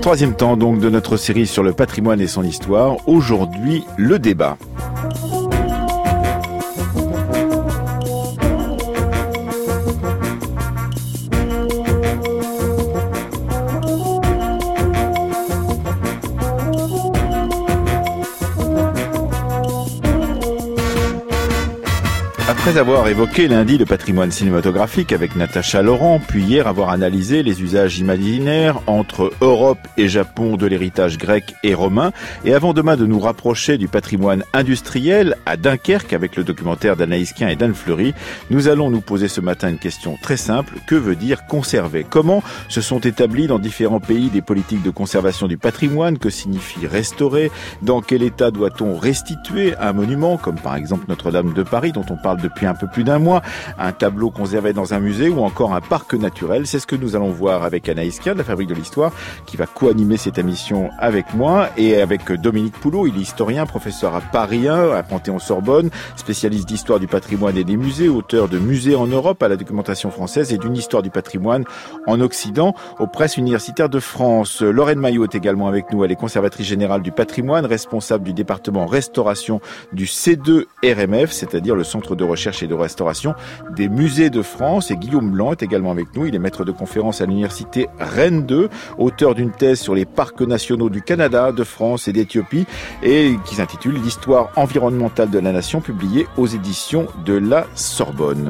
Troisième temps donc de notre série sur le patrimoine et son histoire. Aujourd'hui, le débat. Après avoir évoqué lundi le patrimoine cinématographique avec Natacha Laurent, puis hier avoir analysé les usages imaginaires entre Europe et Japon de l'héritage grec et romain, et avant demain de nous rapprocher du patrimoine industriel à Dunkerque avec le documentaire d'Anaïs Kien et d'Anne Fleury, nous allons nous poser ce matin une question très simple. Que veut dire conserver ? Comment se sont établies dans différents pays des politiques de conservation du patrimoine ? Que signifie restaurer ? Dans quel état doit-on restituer un monument, comme par exemple Notre-Dame de Paris, dont on parle depuis un peu plus d'un mois, un tableau conservé dans un musée ou encore un parc naturel? C'est ce que nous allons voir avec Anaïs Kien de la Fabrique de l'Histoire, qui va co-animer cette émission avec moi, et avec Dominique Poulot. Il est historien, professeur à Paris 1, à Panthéon-Sorbonne, spécialiste d'histoire du patrimoine et des musées, auteur de Musées en Europe à la documentation française et d'une histoire du patrimoine en Occident aux presses universitaires de France. Lorraine Maillot est également avec nous. Elle est conservatrice générale du patrimoine, responsable du département restauration du C2 RMF, c'est-à-dire le Centre de recherche et de restauration des musées de France. Et Guillaume Blanc est également avec nous. Il est maître de conférence à l'université Rennes 2, auteur d'une thèse sur les parcs nationaux du Canada, de France et d'Éthiopie, et qui s'intitule L'histoire environnementale de la nation, publiée aux éditions de la Sorbonne.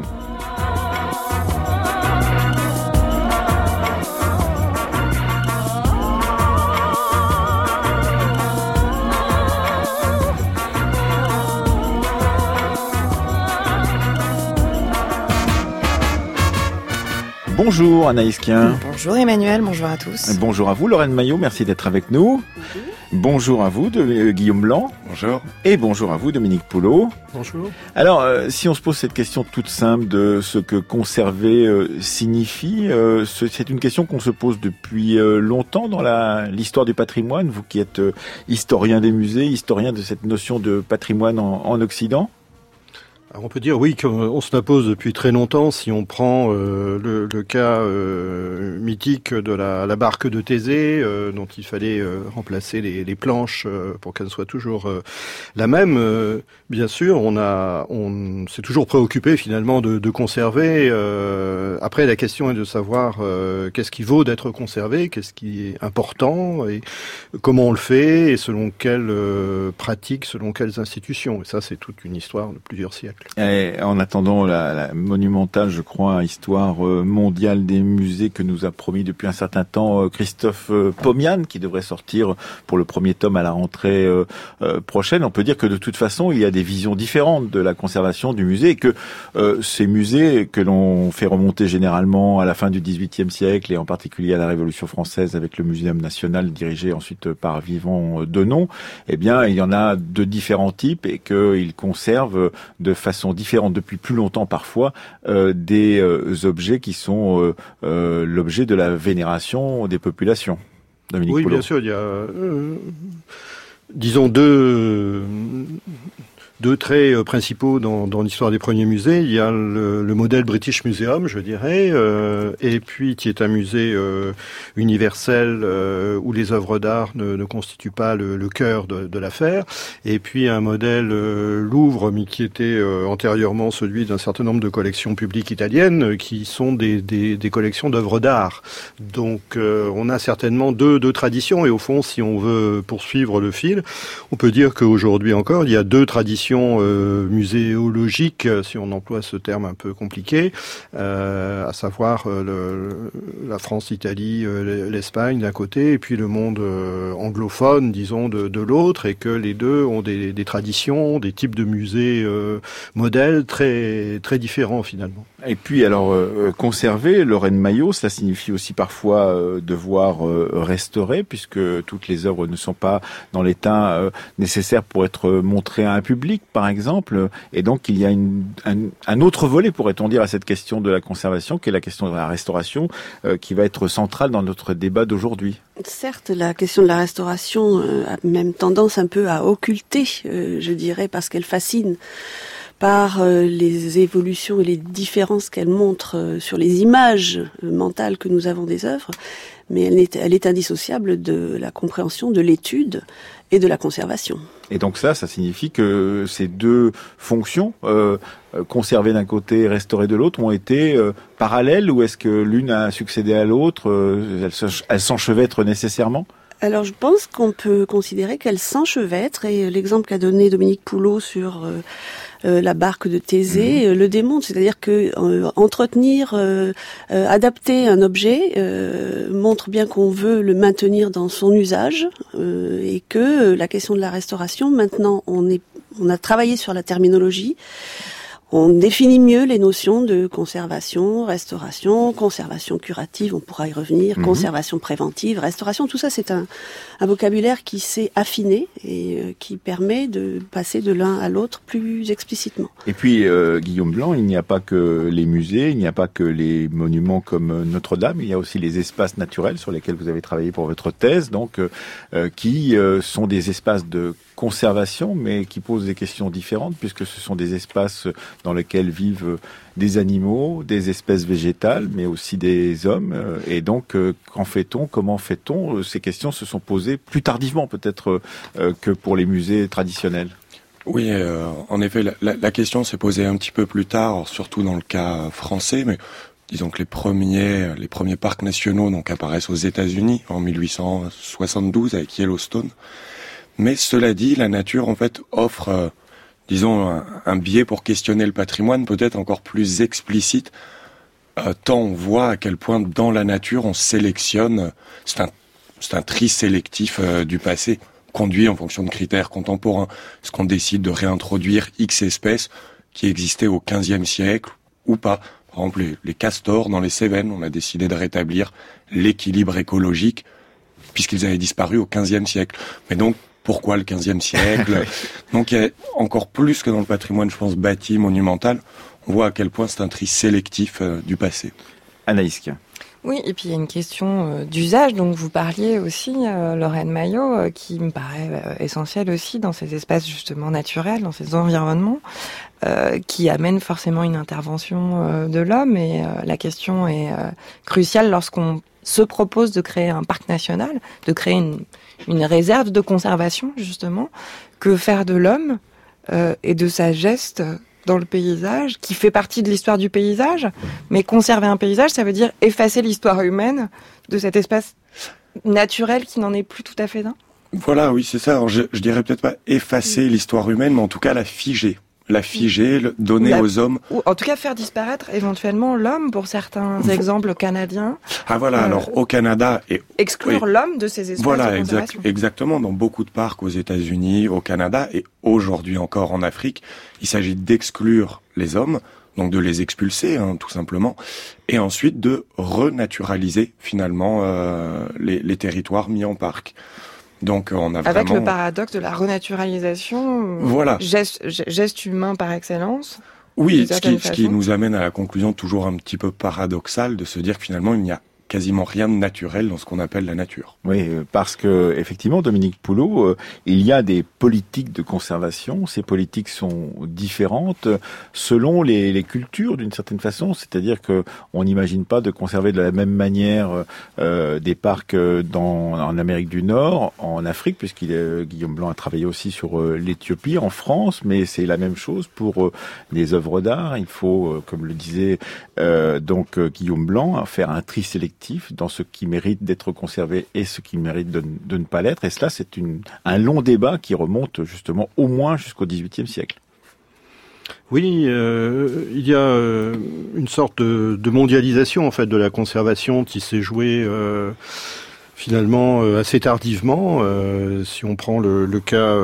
Bonjour Anaïs Kien. Bonjour Emmanuel, bonjour à tous. Bonjour à vous Lorraine Maillot, merci d'être avec nous. Bonjour à vous Guillaume Blanc. Bonjour. Et bonjour à vous Dominique Poulot. Bonjour. Alors, si on se pose cette question toute simple de ce que conserver signifie, c'est une question qu'on se pose depuis longtemps dans l'histoire du patrimoine, vous qui êtes historien des musées, historien de cette notion de patrimoine en Occident. Alors on peut dire oui qu'on se la pose depuis très longtemps. Si on prend le cas mythique de la barque de Thésée, dont il fallait remplacer les planches pour qu'elle soit toujours la même, bien sûr, on s'est toujours préoccupé finalement de conserver. Après, la question est de savoir qu'est-ce qui vaut d'être conservé, qu'est-ce qui est important, et comment on le fait, et selon quelles pratiques, selon quelles institutions. Et ça, c'est toute une histoire de plusieurs siècles. Et en attendant la monumentale, je crois, histoire mondiale des musées que nous a promis depuis un certain temps Christophe Pomian, qui devrait sortir pour le premier tome à la rentrée prochaine, on peut dire que de toute façon, il y a des visions différentes de la conservation du musée, et que ces musées que l'on fait remonter généralement à la fin du XVIIIe siècle, et en particulier à la Révolution française avec le Muséum national dirigé ensuite par Vivant Denon, eh bien, il y en a de différents types, et qu'ils conservent de façon différente depuis plus longtemps parfois des objets qui sont l'objet de la vénération des populations. Dominique Poulot. Bien sûr, il y a disons deux traits principaux dans l'histoire des premiers musées. Il y a le modèle British Museum, je dirais, et puis qui est un musée universel où les œuvres d'art ne constituent pas le cœur de l'affaire. Et puis un modèle Louvre, mais qui était antérieurement celui d'un certain nombre de collections publiques italiennes, qui sont des collections d'œuvres d'art. Donc on a certainement deux traditions, et au fond, si on veut poursuivre le fil, on peut dire qu'aujourd'hui encore, il y a deux traditions muséologique, si on emploie ce terme un peu compliqué, à savoir la France, l'Italie, l'Espagne d'un côté, et puis le monde anglophone, disons, de l'autre, et que les deux ont des traditions, des types de musées modèles très, très différents finalement. Et puis alors, conserver, Lorraine Maillot, cela signifie aussi parfois devoir restaurer, puisque toutes les œuvres ne sont pas dans l'état nécessaire pour être montrées à un public, par exemple, et donc il y a un autre volet, pourrait-on dire, à cette question de la conservation, qui est la question de la restauration, qui va être centrale dans notre débat d'aujourd'hui. Certes, la question de la restauration a même tendance un peu à occulter, je dirais, parce qu'elle fascine par les évolutions et les différences qu'elle montre sur les images mentales que nous avons des œuvres. mais elle est indissociable de la compréhension de l'étude et de la conservation. Et donc ça signifie que ces deux fonctions, conserver d'un côté et restaurer de l'autre, ont été parallèles, ou est-ce que l'une a succédé à l'autre, elles s'enchevêtrent nécessairement ? Alors je pense qu'on peut considérer qu'elles s'enchevêtrent, et l'exemple qu'a donné Dominique Poulot sur la barque de Thésée le démontre, c'est-à-dire que entretenir, adapter un objet montre bien qu'on veut le maintenir dans son usage, et que la question de la restauration, maintenant on a travaillé sur la terminologie. On définit mieux les notions de conservation, restauration, conservation curative, on pourra y revenir, conservation préventive, restauration, tout ça c'est un vocabulaire qui s'est affiné et qui permet de passer de l'un à l'autre plus explicitement. Et puis, Guillaume Blanc, il n'y a pas que les musées, il n'y a pas que les monuments comme Notre-Dame, il y a aussi les espaces naturels sur lesquels vous avez travaillé pour votre thèse, donc qui sont des espaces de conservation, mais qui posent des questions différentes, puisque ce sont des espaces dans lesquels vivent des animaux, des espèces végétales, mais aussi des hommes. Et donc, qu'en fait-on ? Comment fait-on ? Ces questions se sont posées plus tardivement, peut-être, que pour les musées traditionnels. Oui, en effet, la question s'est posée un petit peu plus tard, surtout dans le cas français, mais disons que les premiers parcs nationaux donc apparaissent aux États-Unis en 1872 avec Yellowstone. Mais cela dit, la nature en fait offre, un biais pour questionner le patrimoine peut-être encore plus explicite, tant on voit à quel point dans la nature on sélectionne, c'est un tri sélectif du passé, conduit en fonction de critères contemporains. Est-ce qu'on décide de réintroduire X espèces qui existaient au XVe siècle ou pas ? Par exemple, les castors dans les Cévennes, on a décidé de rétablir l'équilibre écologique puisqu'ils avaient disparu au XVe siècle. Mais donc, pourquoi le XVe siècle ? Donc, il y a encore plus que dans le patrimoine, je pense, bâti, monumental, on voit à quel point c'est un tri sélectif du passé. Anaïs. Oui, et puis il y a une question d'usage, donc vous parliez aussi, Lorraine Maillot, qui me paraît essentielle aussi dans ces espaces justement naturels, dans ces environnements, qui amènent forcément une intervention de l'homme, et la question est cruciale lorsqu'on se propose de créer un parc national, de créer une réserve de conservation justement. Que faire de l'homme et de sa geste dans le paysage, qui fait partie de l'histoire du paysage, mais conserver un paysage, ça veut dire effacer l'histoire humaine de cet espace naturel qui n'en est plus tout à fait un. Voilà, oui, c'est ça. Alors, je dirais peut-être pas effacer l'histoire humaine, mais en tout cas la figer. Donner aux hommes. Ou en tout cas faire disparaître éventuellement l'homme pour certains exemples canadiens. Ah voilà, alors au Canada exclure l'homme de ces espaces de conservation. Exactement, dans beaucoup de parcs aux États-Unis, au Canada et aujourd'hui encore en Afrique, il s'agit d'exclure les hommes, donc de les expulser tout simplement, et ensuite de renaturaliser finalement les territoires mis en parc. Donc on a avec le paradoxe de la renaturalisation, voilà. Geste humain par excellence. Oui, ce qui nous amène à la conclusion toujours un petit peu paradoxale de se dire que finalement il n'y a quasiment rien de naturel dans ce qu'on appelle la nature. Oui, parce que effectivement, Dominique Poulot, il y a des politiques de conservation. Ces politiques sont différentes selon les cultures d'une certaine façon. C'est-à-dire que on n'imagine pas de conserver de la même manière des parcs en Amérique du Nord, en Afrique, Guillaume Blanc a travaillé aussi sur l'Éthiopie, en France, mais c'est la même chose pour les œuvres d'art. Il faut, comme le disait Guillaume Blanc, faire un tri sélectif dans ce qui mérite d'être conservé et ce qui mérite de ne pas l'être. Et cela, c'est un long débat qui remonte justement au moins jusqu'au XVIIIe siècle. Oui, il y a une sorte de mondialisation en fait de la conservation qui s'est jouée finalement assez tardivement. Si on prend le cas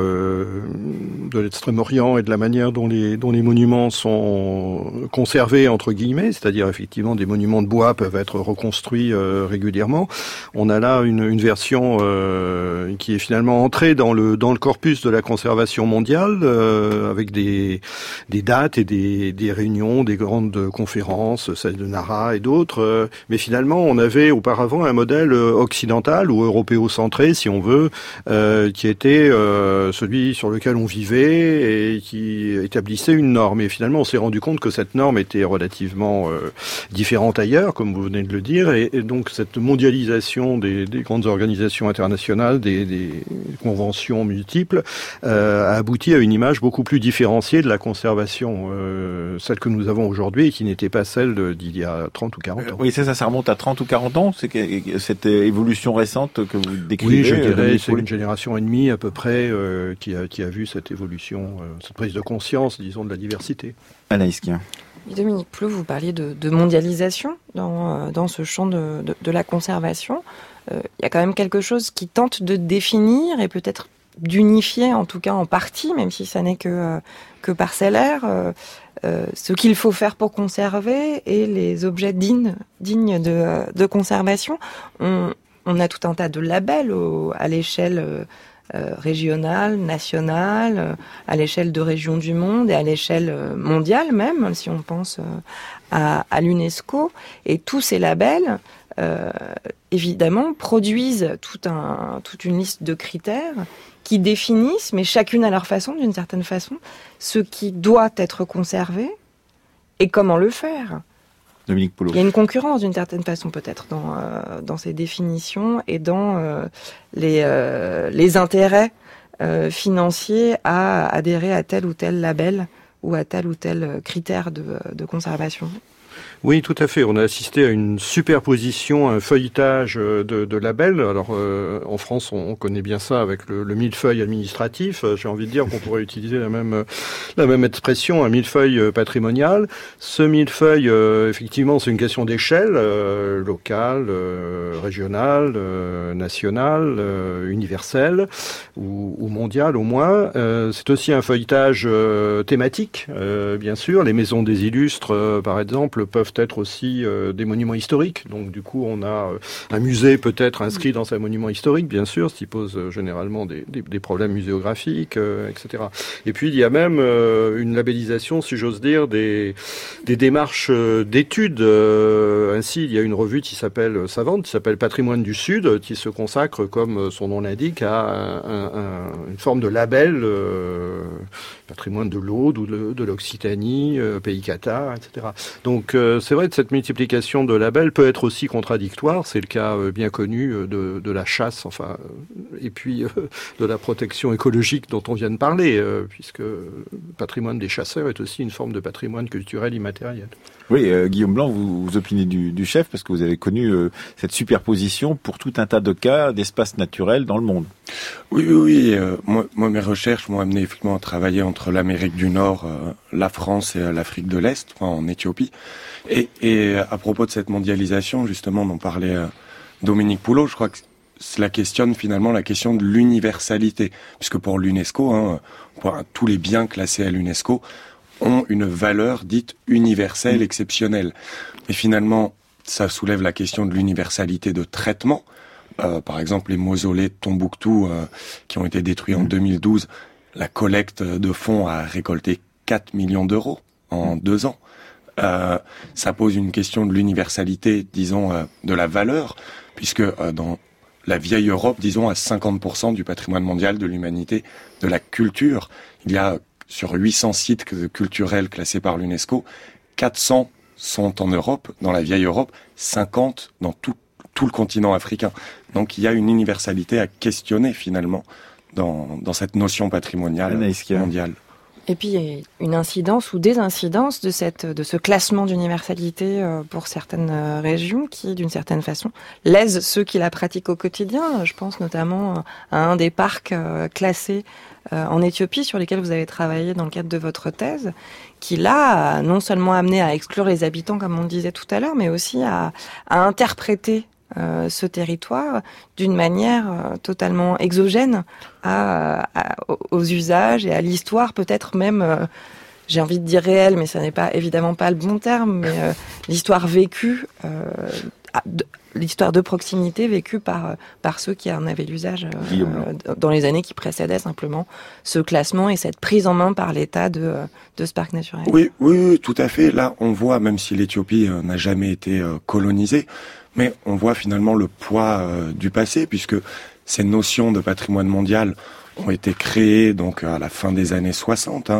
de l'Extrême-Orient et de la manière dont les monuments sont conservés entre guillemets, c'est-à-dire effectivement des monuments de bois peuvent être reconstruits régulièrement, on a là une version qui est finalement entrée dans le corpus de la conservation mondiale avec des dates et des réunions, des grandes conférences, celle de Nara et d'autres. Mais finalement, on avait auparavant un modèle occidental occidental ou européocentré, si on veut, qui était celui sur lequel on vivait et qui établissait une norme. Et finalement, on s'est rendu compte que cette norme était relativement différente ailleurs, comme vous venez de le dire, et donc cette mondialisation des grandes organisations internationales, des conventions multiples, a abouti à une image beaucoup plus différenciée de la conservation, celle que nous avons aujourd'hui et qui n'était pas celle d'il y a 30 ou 40 ans. Oui, ça remonte à 30 ou 40 ans, c'est cette évolution récente que vous décrivez. Oui, je dirais c'est une génération et demie à peu près qui a vu cette évolution, cette prise de conscience, disons, de la diversité. Anaïs Kien. Dominique Plot, vous parliez de mondialisation dans ce champ de la conservation. Il y a quand même quelque chose qui tente de définir et peut-être d'unifier, en tout cas en partie, même si ça n'est que parcellaire, ce qu'il faut faire pour conserver et les objets dignes de conservation. On a tout un tas de labels à l'échelle régionale, nationale, à l'échelle de régions du monde et à l'échelle mondiale même, si on pense à l'UNESCO. Et tous ces labels, évidemment, produisent toute une liste de critères qui définissent, mais chacune à leur façon, d'une certaine façon, ce qui doit être conservé et comment le faire. Dominique Poulot. Il y a une concurrence d'une certaine façon peut-être dans ces définitions et dans les intérêts financiers à adhérer à tel ou tel label ou à tel ou tel critère de conservation. Oui, tout à fait. On a assisté à une superposition, un feuilletage de labels. Alors, en France, on connaît bien ça avec le millefeuille administratif. J'ai envie de dire qu'on pourrait utiliser la même expression, un millefeuille patrimonial. Ce millefeuille, effectivement, c'est une question d'échelle, locale, régionale, nationale, universelle ou mondiale au moins. C'est aussi un feuilletage thématique, bien sûr. Les maisons des illustres, par exemple, peuvent être aussi des monuments historiques. Donc du coup, on a un musée peut-être inscrit dans un monument historique, bien sûr, ce qui pose généralement des problèmes muséographiques, etc. Et puis il y a même une labellisation, si j'ose dire, des démarches d'études. Ainsi, il y a une revue qui s'appelle savante, qui s'appelle Patrimoine du Sud, qui se consacre, comme son nom l'indique, à une forme de label patrimoine de l'Aude ou de l'Occitanie, pays cathare, etc. Donc c'est vrai que cette multiplication de labels peut être aussi contradictoire. C'est le cas bien connu de la chasse, enfin, et puis de la protection écologique dont on vient de parler, puisque le patrimoine des chasseurs est aussi une forme de patrimoine culturel immatériel. Oui, Guillaume Blanc, vous opinez du chef parce que vous avez connu cette superposition pour tout un tas de cas d'espaces naturels dans le monde. Oui. Moi, mes recherches m'ont amené effectivement à travailler entre l'Amérique du Nord, la France et l'Afrique de l'Est, en Éthiopie. Et à propos de cette mondialisation, justement, dont parlait Dominique Poulot, je crois que cela questionne finalement la question de l'universalité, puisque pour l'UNESCO, tous les biens classés à l'UNESCO ont une valeur dite universelle, exceptionnelle. Et finalement, ça soulève la question de l'universalité de traitement. Par exemple, les mausolées de Tombouctou qui ont été détruits en 2012, la collecte de fonds a récolté 4 millions d'euros en 2 ans. Ça pose une question de l'universalité, disons, de la valeur, puisque dans la vieille Europe, disons, à 50% du patrimoine mondial de l'humanité, de la culture, il y a sur 800 sites culturels classés par l'UNESCO, 400 sont en Europe, dans la vieille Europe, 50 dans tout le continent africain. Donc il y a une universalité à questionner finalement dans cette notion patrimoniale mondiale. Et puis il y a une incidence ou des incidences de ce classement d'universalité pour certaines régions qui, d'une certaine façon, lèsent ceux qui la pratiquent au quotidien. Je pense notamment à un des parcs classés en Éthiopie sur lesquels vous avez travaillé dans le cadre de votre thèse, qui là a non seulement amené à exclure les habitants, comme on le disait tout à l'heure, mais aussi à interpréter ce territoire d'une manière totalement exogène aux usages et à l'histoire, peut-être même, j'ai envie de dire réelle, mais ça n'est pas évidemment pas le bon terme, mais l'histoire vécue l'histoire de proximité vécue par ceux qui en avaient l'usage dans les années qui précédaient simplement ce classement et cette prise en main par l'État de ce parc naturel. Oui, tout à fait. Là, on voit, même si l'Éthiopie n'a jamais été colonisée, mais on voit finalement le poids du passé, puisque ces notions de patrimoine mondial ont été créées donc à la fin des années 60,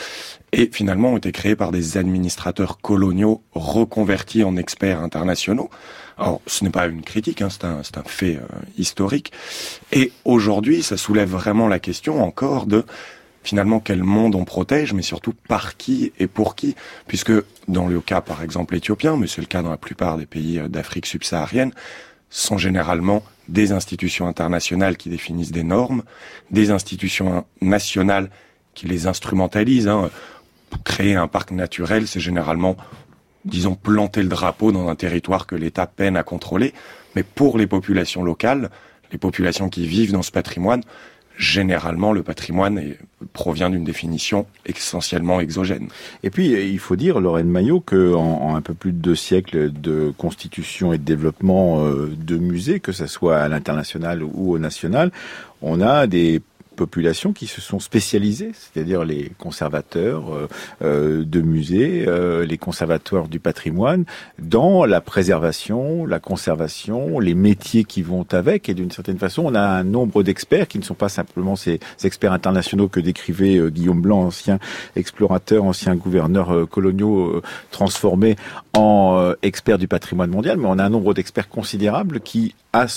et finalement ont été créées par des administrateurs coloniaux reconvertis en experts internationaux. Alors, ce n'est pas une critique, c'est un fait historique. Et aujourd'hui, ça soulève vraiment la question encore de finalement quel monde on protège, mais surtout par qui et pour qui. Puisque dans le cas, par exemple, éthiopien, mais c'est le cas dans la plupart des pays d'Afrique subsaharienne, sont généralement des institutions internationales qui définissent des normes, des institutions nationales qui les instrumentalisent. Pour créer un parc naturel, c'est généralement, disons, planter le drapeau dans un territoire que l'État peine à contrôler. Mais pour les populations locales, les populations qui vivent dans ce patrimoine, généralement, le patrimoine provient d'une définition essentiellement exogène. Et puis, il faut dire, Lorraine Maillot, qu'en un peu plus de 2 siècles de constitution et de développement de musées, que ce soit à l'international ou au national, on a des populations qui se sont spécialisées, c'est-à-dire les conservateurs de musées, les conservateurs du patrimoine, dans la préservation, la conservation, les métiers qui vont avec. Et d'une certaine façon, on a un nombre d'experts qui ne sont pas simplement ces experts internationaux que décrivait Guillaume Blanc, ancien explorateur, ancien gouverneur coloniaux transformé en experts du patrimoine mondial, mais on a un nombre d'experts considérables qui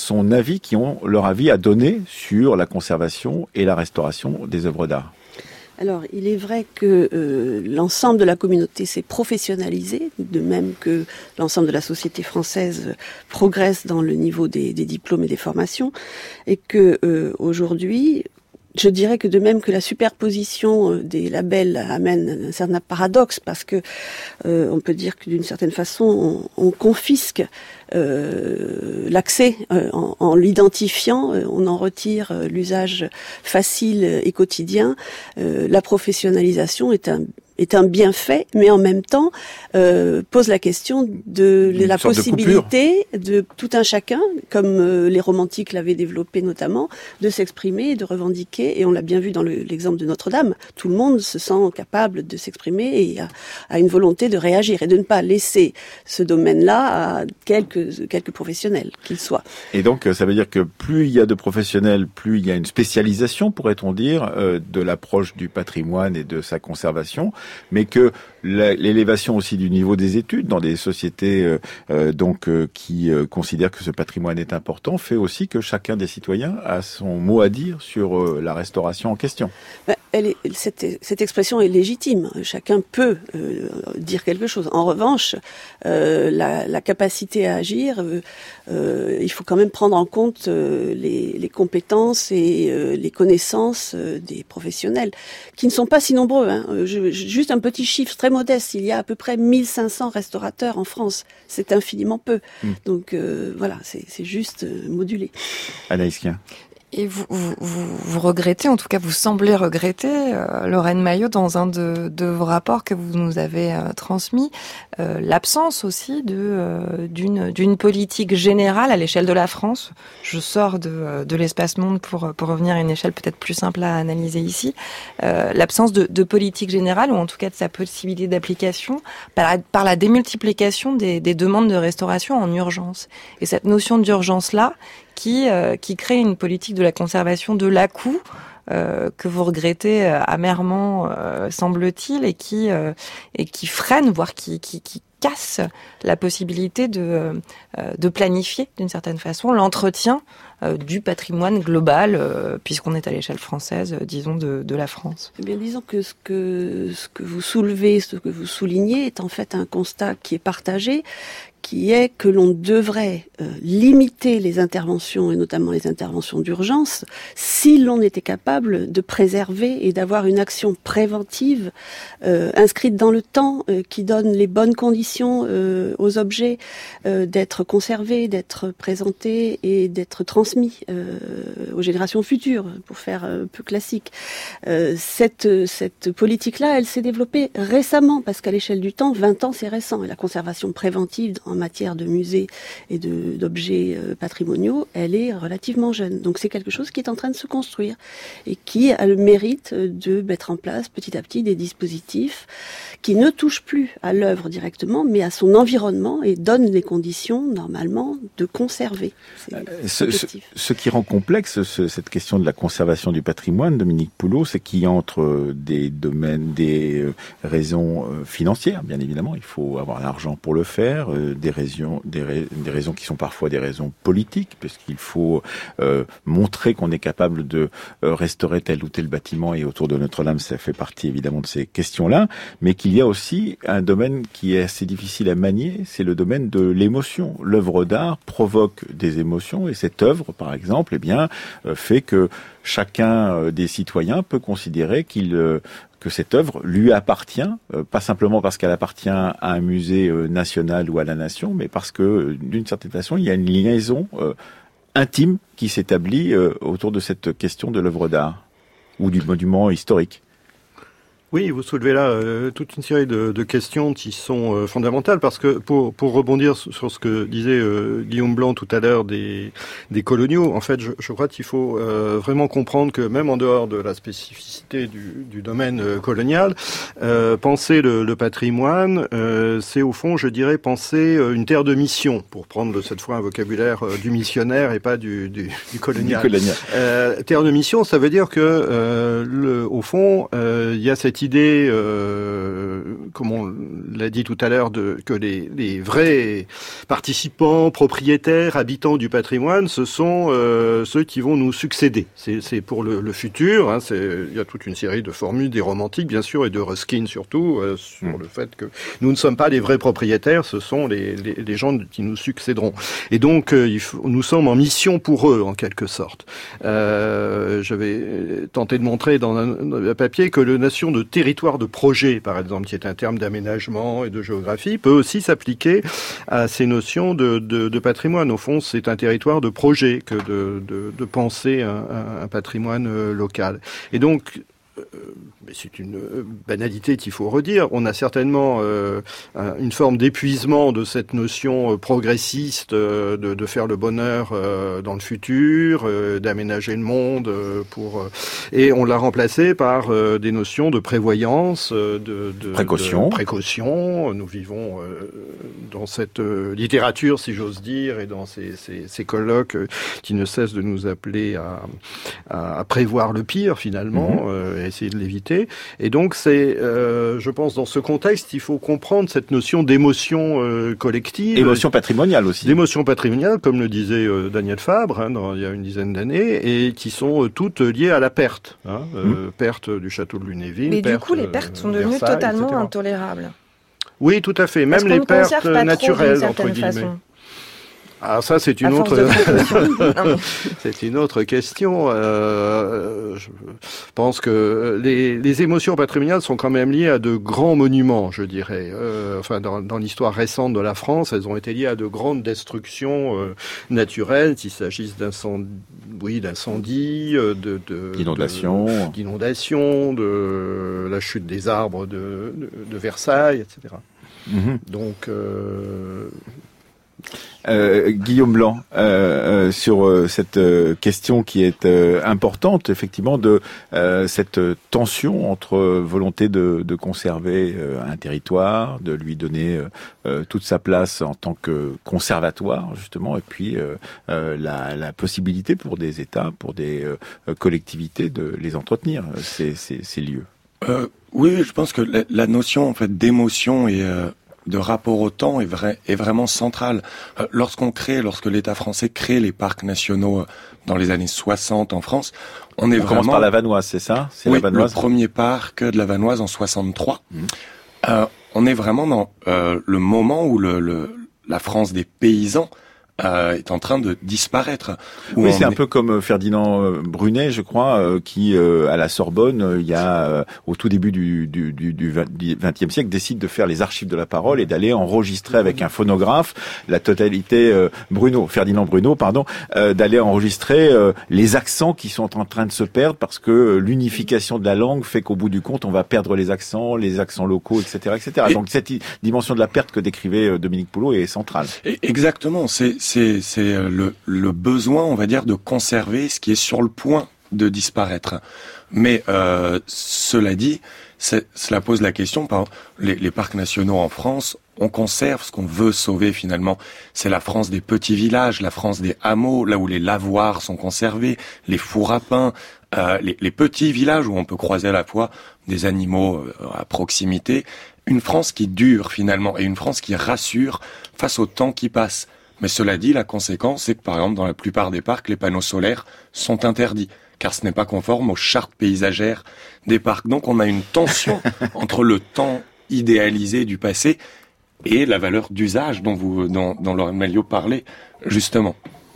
ont leur avis à donner sur la conservation et la restauration des œuvres d'art. Alors, il est vrai que l'ensemble de la communauté s'est professionnalisé, de même que l'ensemble de la société française progresse dans le niveau des diplômes et des formations, et que aujourd'hui, je dirais que de même que la superposition des labels amène un certain paradoxe, parce que on peut dire que d'une certaine façon, on confisque l'accès en l'identifiant, on en retire l'usage facile et quotidien. La professionnalisation est un bienfait, mais en même temps pose la question de la possibilité de tout un chacun, comme les romantiques l'avaient développé notamment, de s'exprimer et de revendiquer. Et on l'a bien vu dans l'exemple de Notre-Dame. Tout le monde se sent capable de s'exprimer et a une volonté de réagir et de ne pas laisser ce domaine-là à quelques professionnels qu'ils soient. Et donc, ça veut dire que plus il y a de professionnels, plus il y a une spécialisation, pourrait-on dire, de l'approche du patrimoine et de sa conservation, mais que l'élévation aussi du niveau des études dans des sociétés qui considèrent que ce patrimoine est important fait aussi que chacun des citoyens a son mot à dire sur la restauration en question. Cette expression est légitime. Chacun peut dire quelque chose. En revanche, la capacité à agir, il faut quand même prendre en compte les compétences et les connaissances des professionnels, qui ne sont pas si nombreux. Juste un petit chiffre très modeste, il y a à peu près 1500 restaurateurs en France. C'est infiniment peu. Donc voilà, c'est juste modulé. Anaïs Kien. Et vous regrettez, en tout cas vous semblez regretter, Lorraine Maillot, dans un de vos rapports que vous nous avez transmis, l'absence aussi d'une politique générale à l'échelle de la France. Je sors de l'espace monde pour revenir à une échelle peut-être plus simple à analyser ici. L'absence de politique générale, ou en tout cas de sa possibilité d'application, par la démultiplication des demandes de restauration en urgence. Et cette notion d'urgence-là, qui crée une politique de la conservation de l'à-coup que vous regrettez amèrement, semble-t-il, et qui freine, voire qui casse la possibilité de planifier d'une certaine façon l'entretien du patrimoine global, puisqu'on est à l'échelle française, disons, de la France. Eh bien, disons que ce que vous soulevez, ce que vous soulignez est en fait un constat qui est partagé, qui est que l'on devrait limiter les interventions, et notamment les interventions d'urgence, si l'on était capable de préserver et d'avoir une action préventive inscrite dans le temps, qui donne les bonnes conditions aux objets d'être conservés, d'être présentés et d'être transmis aux générations futures, pour faire un peu classique. Cette politique-là, elle s'est développée récemment, parce qu'à l'échelle du temps, 20 ans, c'est récent, et la conservation préventive en matière de musées et d'objets patrimoniaux, elle est relativement jeune. Donc c'est quelque chose qui est en train de se construire et qui a le mérite de mettre en place petit à petit des dispositifs qui ne touchent plus à l'œuvre directement, mais à son environnement et donnent les conditions, normalement, de conserver. Ce qui rend complexe cette question de la conservation du patrimoine, Dominique Poulot, c'est qu'il y a entre des domaines, des raisons financières, bien évidemment, il faut avoir l'argent pour le faire, des raisons qui sont parfois des raisons politiques, puisqu'il faut montrer qu'on est capable de restaurer tel ou tel bâtiment, et autour de Notre-Dame, ça fait partie évidemment de ces questions-là, mais qu'il y a aussi un domaine qui est assez difficile à manier, c'est le domaine de l'émotion. L'œuvre d'art provoque des émotions, et cette œuvre, par exemple, fait que chacun des citoyens peut considérer que cette œuvre lui appartient, pas simplement parce qu'elle appartient à un musée national ou à la nation, mais parce que, d'une certaine façon, il y a une liaison intime qui s'établit autour de cette question de l'œuvre d'art ou du monument historique. Oui, vous soulevez là toute une série de questions qui sont fondamentales, parce que pour rebondir sur ce que disait Guillaume Blanc tout à l'heure des coloniaux, en fait, je crois qu'il faut vraiment comprendre que même en dehors de la spécificité du domaine colonial, penser le patrimoine, c'est au fond, je dirais, penser une terre de mission, pour prendre cette fois un vocabulaire du missionnaire et pas du colonial. Terre de mission, ça veut dire que au fond, il y a cette idée, comme on l'a dit tout à l'heure, que les vrais participants, propriétaires, habitants du patrimoine, ce sont ceux qui vont nous succéder. C'est pour le futur. Hein, il y a toute une série de formules, des romantiques bien sûr, et de Ruskin surtout, sur le fait que nous ne sommes pas les vrais propriétaires, ce sont les gens qui nous succéderont. Et donc, nous sommes en mission pour eux, en quelque sorte. J'avais tenté de montrer dans un papier que la notion de territoire de projet, par exemple, qui est un terme d'aménagement et de géographie, peut aussi s'appliquer à ces notions de patrimoine. Au fond, c'est un territoire de projet que de penser un patrimoine local. Et donc, c'est une banalité qu'il faut redire. On a certainement une forme d'épuisement de cette notion progressiste de faire le bonheur dans le futur, d'aménager le monde et on l'a remplacé par des notions de prévoyance, de précaution. Nous vivons dans cette littérature, si j'ose dire, et dans ces colloques qui ne cessent de nous appeler à prévoir le pire finalement, et essayer de l'éviter. Et donc c'est, je pense, dans ce contexte, il faut comprendre cette notion d'émotion collective. Émotion patrimoniale aussi. D'émotion patrimoniale, comme le disait Daniel Fabre, il y a une dizaine d'années, et qui sont toutes liées à la perte. Perte du château de Lunéville. Mais du coup, les pertes sont devenues totalement etc. intolérables. Oui, tout à fait. Même les pertes naturelles, entre guillemets. Façon. Ah, ça, c'est une autre, c'est une autre question. Je pense que les émotions patrimoniales sont quand même liées à de grands monuments, je dirais. Dans l'histoire récente de la France, elles ont été liées à de grandes destructions naturelles, qu'il s'agisse d'incendies, d'inondations, de la chute des arbres de Versailles, etc. Donc, Guillaume Blanc, sur cette question qui est importante, effectivement, de cette tension entre volonté de conserver un territoire, de lui donner toute sa place en tant que conservatoire, justement, et puis la possibilité pour des États, pour des collectivités de les entretenir, ces lieux. Oui, je pense que la notion en fait d'émotion et de rapport au temps est vraiment central. Lorsque l'État français crée les parcs nationaux dans les années 60 en France, on commence par la Vanoise, c'est ça? Oui, le premier parc de la Vanoise en 63. On est vraiment dans le moment où la France des paysans est en train de disparaître. Oui, c'est un peu comme Ferdinand Brunet, je crois, qui à la Sorbonne, il y a au tout début du XXe siècle, décide de faire les archives de la parole et d'aller enregistrer avec un phonographe la totalité Ferdinand Bruno, d'aller enregistrer les accents qui sont en train de se perdre parce que l'unification de la langue fait qu'au bout du compte, on va perdre les accents locaux, etc., etc. Donc cette dimension de la perte que décrivait Dominique Poulot est centrale. Exactement, c'est le besoin, on va dire, de conserver ce qui est sur le point de disparaître. Mais cela dit, cela pose la question, par les parcs nationaux en France, on conserve ce qu'on veut sauver finalement. C'est la France des petits villages, la France des hameaux, là où les lavoirs sont conservés, les fours à pain, les petits villages où on peut croiser à la fois des animaux à proximité. Une France qui dure finalement et une France qui rassure face au temps qui passe. Mais cela dit, la conséquence, c'est que par exemple dans la plupart des parcs, les panneaux solaires sont interdits, car ce n'est pas conforme aux chartes paysagères des parcs. Donc on a une tension entre le temps idéalisé du passé et la valeur d'usage dont Lorraine Malliot parlait justement.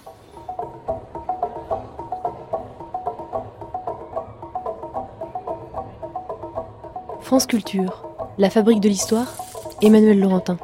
France Culture, la fabrique de l'histoire, Emmanuel Laurentin.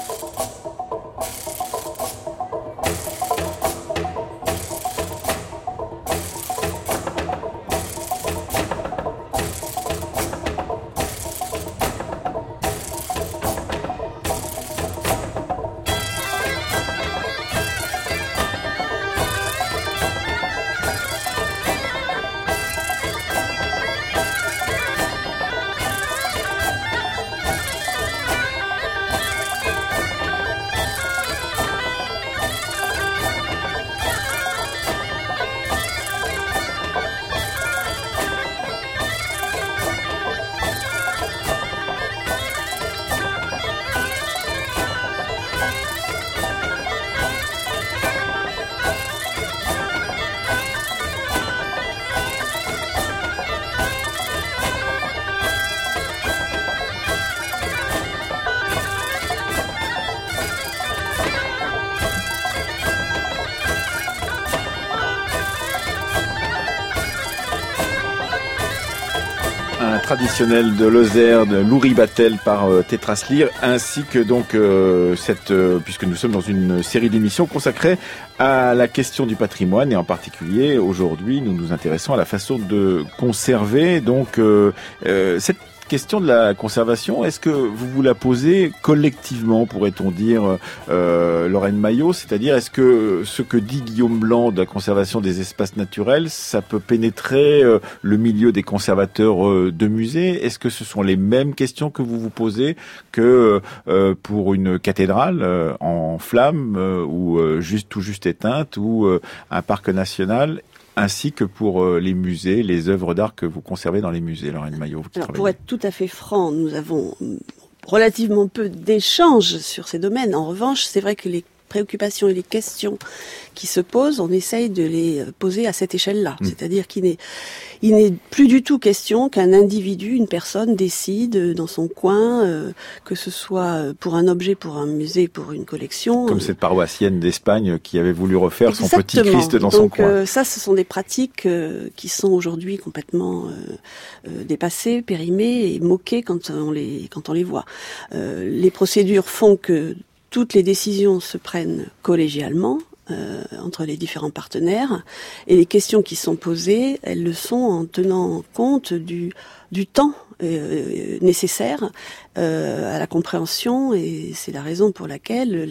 Un traditionnel de Lozère, de Louribatel par Tétraslir, ainsi que donc puisque nous sommes dans une série d'émissions consacrées à la question du patrimoine et en particulier aujourd'hui nous nous intéressons à la façon de conserver donc cette question de la conservation, est-ce que vous la posez collectivement, pourrait-on dire, Lorraine Malliot, c'est-à-dire est-ce que ce que dit Guillaume Blanc de la conservation des espaces naturels, ça peut pénétrer le milieu des conservateurs de musées? Est-ce que ce sont les mêmes questions que vous vous posez que pour une cathédrale en flammes ou tout juste éteinte ou un parc national, ainsi que pour les musées, les œuvres d'art que vous conservez dans les musées, Lorraine Malliot? Alors, pour être tout à fait franc, nous avons relativement peu d'échanges sur ces domaines. En revanche, c'est vrai que les préoccupations et les questions qui se posent, on essaye de les poser à cette échelle-là. C'est-à-dire qu'il n'est plus du tout question qu'un individu, une personne décide dans son coin, que ce soit pour un objet, pour un musée, pour une collection. Comme cette paroissienne d'Espagne qui avait voulu refaire son petit Christ dans son coin. Ça, ce sont des pratiques qui sont aujourd'hui complètement dépassées, périmées et moquées quand on les voit. Les procédures font que toutes les décisions se prennent collégialement entre les différents partenaires et les questions qui sont posées, elles le sont en tenant compte du temps nécessaire à la compréhension et c'est la raison pour laquelle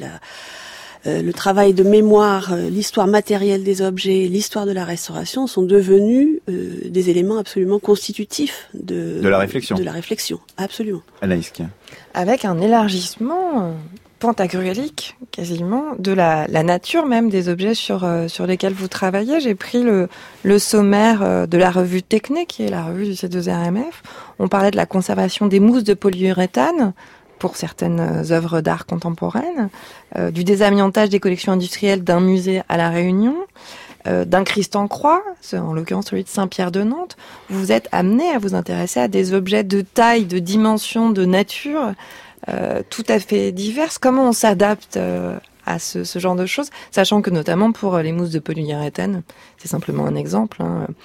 le travail de mémoire, l'histoire matérielle des objets, l'histoire de la restauration sont devenus des éléments absolument constitutifs de la réflexion. De la réflexion, absolument. Anaïs Kien. Avec un élargissement pentagruélique quasiment de la nature même des objets sur lesquels vous travaillez. J'ai pris le sommaire de la revue Techné, qui est la revue du C2RMF. On parlait de la conservation des mousses de polyuréthane pour certaines œuvres d'art contemporaines, du désamiantage des collections industrielles d'un musée à La Réunion, d'un Christ en croix, en l'occurrence celui de Saint-Pierre de Nantes. Vous vous êtes amené à vous intéresser à des objets de taille, de dimension, de nature tout à fait diverses. Comment on s'adapte à ce genre de choses, sachant que notamment pour les mousses de polyuréthane, c'est simplement un exemple,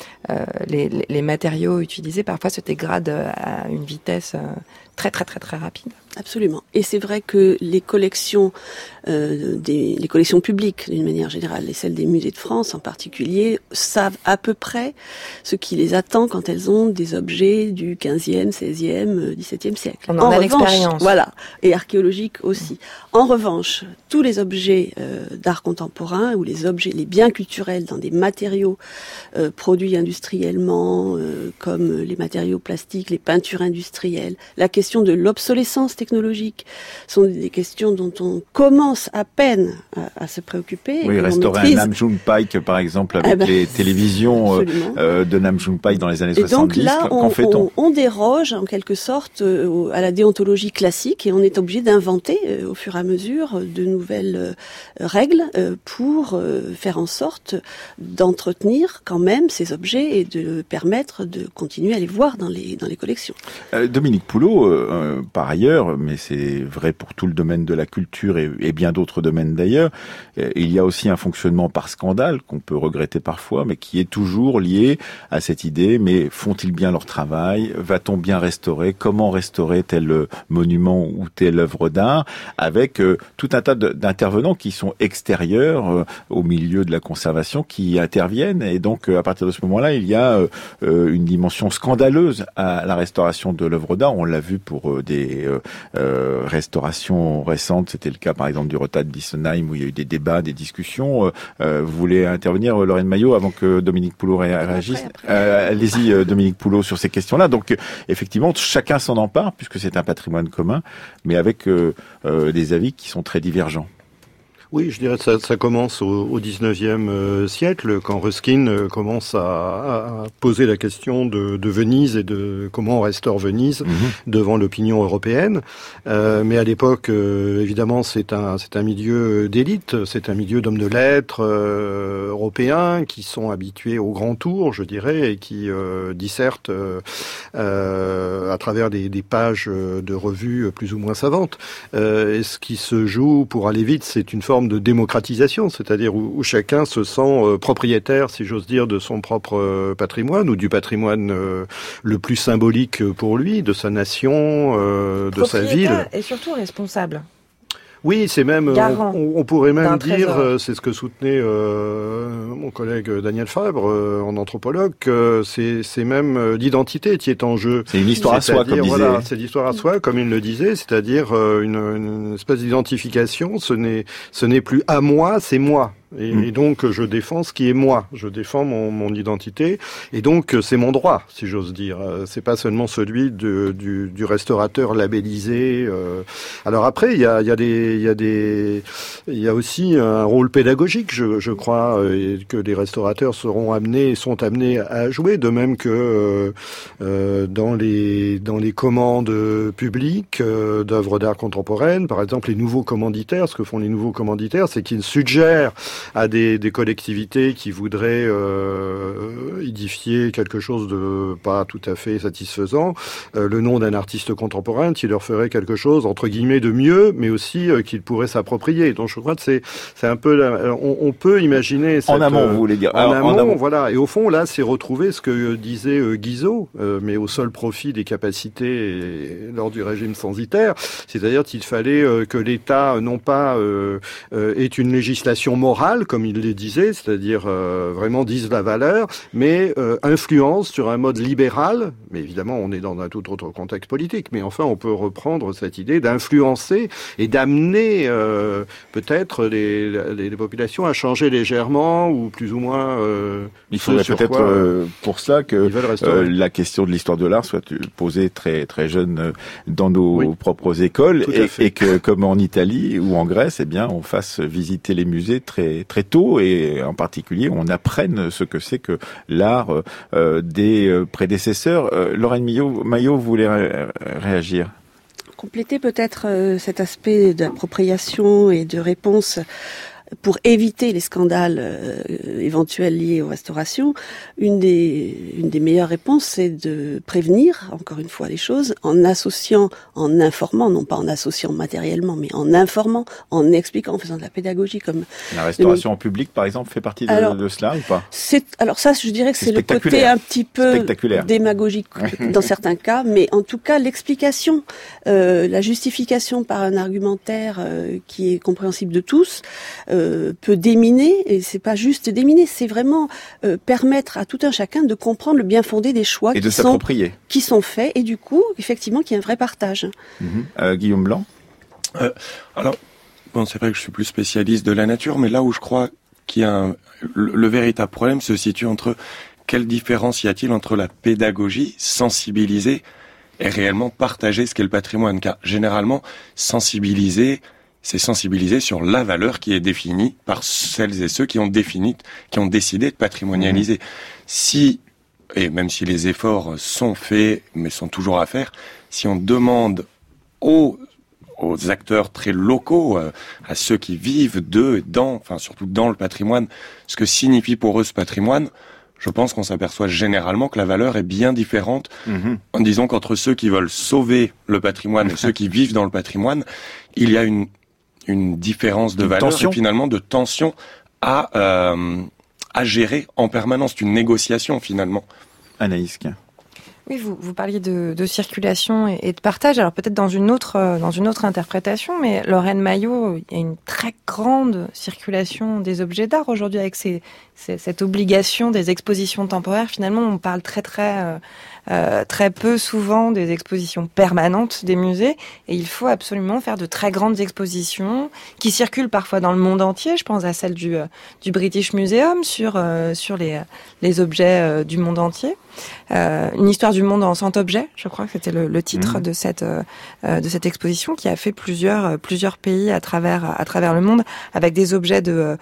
les matériaux utilisés parfois se dégradent à une vitesse très très très très rapide. Absolument. Et c'est vrai que les collections les collections publiques d'une manière générale, et celles des musées de France en particulier, savent à peu près ce qui les attend quand elles ont des objets du 15e, 16e, 17e siècle. On en a l'expérience. Voilà, et archéologique aussi. En revanche, tous les objets d'art contemporain ou les biens culturels dans des matériaux produits industriellement, comme les matériaux plastiques, les peintures industrielles, la question de l'obsolescence technologique sont des questions dont on commence à peine à se préoccuper. Oui, restaurer un Nam June Paik, par exemple, avec les télévisions de Nam June Paik dans les années 70. Et donc là, qu'en fait-on ? on déroge en quelque sorte à la déontologie classique et on est obligé d'inventer au fur et à mesure de nouvelles règles pour faire en sorte d'entretenir quand même ces objets et de permettre de continuer à les voir dans les collections. Dominique Poulot, par ailleurs, mais c'est vrai pour tout le domaine de la culture et bien d'autres domaines d'ailleurs, il y a aussi un fonctionnement par scandale qu'on peut regretter parfois, mais qui est toujours lié à cette idée, mais font-ils bien leur travail ? Va-t-on bien restaurer ? Comment restaurer tel monument ou telle œuvre d'art ? Avec tout un tas d'intervenants qui sont extérieurs au milieu de la conservation, qui interviennent, et donc à partir de ce moment-là, il y a une dimension scandaleuse à la restauration de l'œuvre d'art. On l'a vu pour des restaurations récentes, c'était le cas par exemple du Rota de Bissenheim où il y a eu des débats, des discussions. Vous voulez intervenir, Lorraine Maillot, avant que Dominique Poulot réagisse ? Allez-y, Dominique Poulot, sur ces questions-là. Donc effectivement, chacun s'en empare puisque c'est un patrimoine commun, mais avec des avis qui sont très divergents. Oui, je dirais que ça commence au 19e siècle, quand Ruskin commence à poser la question de Venise et de comment on restaure Venise devant l'opinion européenne. Mais à l'époque, évidemment, c'est un milieu d'élite, c'est un milieu d'hommes de lettres européens qui sont habitués au grand tour, je dirais, et qui dissertent à travers des pages de revues plus ou moins savantes. Et ce qui se joue, pour aller vite, c'est une forme de démocratisation, c'est-à-dire où chacun se sent propriétaire, si j'ose dire, de son propre patrimoine ou du patrimoine le plus symbolique pour lui, de sa nation, de sa ville. Et surtout responsable. Oui, c'est même, on pourrait même dire, c'est ce que soutenait mon collègue Daniel Fabre, en anthropologue, que c'est même l'identité qui est en jeu. C'est une histoire à soi, comme disait. Voilà, c'est l'histoire à soi, comme il le disait, c'est-à-dire une espèce d'identification. Ce n'est plus à moi, c'est moi. Et donc, je défends ce qui est moi. Je défends mon identité. Et donc, c'est mon droit, si j'ose dire. C'est pas seulement celui du restaurateur labellisé. Alors après, il y a aussi un rôle pédagogique, je crois, et que les restaurateurs sont amenés à jouer. De même que dans les commandes publiques d'œuvres d'art contemporaines, par exemple, les nouveaux commanditaires. Ce que font les nouveaux commanditaires, c'est qu'ils suggèrent à des collectivités qui voudraient édifier quelque chose de pas tout à fait satisfaisant, le nom d'un artiste contemporain qui leur ferait quelque chose entre guillemets de mieux, mais aussi qu'ils pourraient s'approprier. Donc je crois que c'est un peu on peut imaginer en amont, vous voulez dire. En amont, voilà. Et au fond là, c'est retrouver ce que disait Guizot, mais au seul profit des capacités lors du régime censitaire, c'est-à-dire qu'il fallait que l'État non pas ait une législation morale, comme il le disait, c'est-à-dire vraiment dise la valeur, mais influence sur un mode libéral. Mais évidemment, on est dans un tout autre contexte politique. Mais enfin, on peut reprendre cette idée d'influencer et d'amener peut-être les populations à changer légèrement ou plus ou moins. Il faudrait peut-être pour ça que la question de l'histoire de l'art soit posée très très jeune dans nos propres écoles et que, comme en Italie ou en Grèce, eh bien, on fasse visiter les musées très très tôt et en particulier on apprenne ce que c'est que l'art des prédécesseurs. Lorraine Maillot, vous voulez réagir ? Compléter peut-être cet aspect d'appropriation et de réponse pour éviter les scandales éventuels liés aux restaurations, une des meilleures réponses, c'est de prévenir, encore une fois, les choses, en associant, en informant, non pas en associant matériellement, mais en informant, en expliquant, en faisant de la pédagogie. Comme la restauration en public, par exemple, fait partie de cela ou pas? Alors ça, je dirais que c'est le côté un petit peu démagogique dans certains cas, mais en tout cas, l'explication, la justification par un argumentaire qui est compréhensible de tous, peut déminer, et c'est pas juste déminer, c'est vraiment permettre à tout un chacun de comprendre le bien fondé des choix et de s'approprier qui sont faits, et du coup, effectivement, qu'il y a un vrai partage. Guillaume Blanc. Alors, bon, c'est vrai que je suis plus spécialiste de la nature, mais là où je crois qu'il y a le véritable problème se situe entre quelle différence y a-t-il entre la pédagogie, sensibiliser, et réellement partager ce qu'est le patrimoine. Car généralement, sensibiliser, c'est sensibiliser sur la valeur qui est définie par celles et ceux qui ont décidé de patrimonialiser. Et même si les efforts sont faits, mais sont toujours à faire, si on demande aux acteurs très locaux, à ceux qui vivent surtout dans le patrimoine, ce que signifie pour eux ce patrimoine, je pense qu'on s'aperçoit généralement que la valeur est bien différente en disant qu'entre ceux qui veulent sauver le patrimoine et ceux qui vivent dans le patrimoine, il y a une différence de valeur et finalement de tension à gérer en permanence. C'est une négociation finalement. Anaïs. Oui, vous parliez de circulation et de partage. Alors peut-être dans une autre interprétation, mais Lorraine Maillot, il y a une très grande circulation des objets d'art aujourd'hui avec cette obligation des expositions temporaires. Finalement, on parle très peu souvent des expositions permanentes des musées, et il faut absolument faire de très grandes expositions qui circulent parfois dans le monde entier. Je pense à celle du British Museum sur les objets du monde entier. Une histoire du monde en 100 objets, je crois que c'était le titre de cette exposition, qui a fait plusieurs pays à travers le monde avec des objets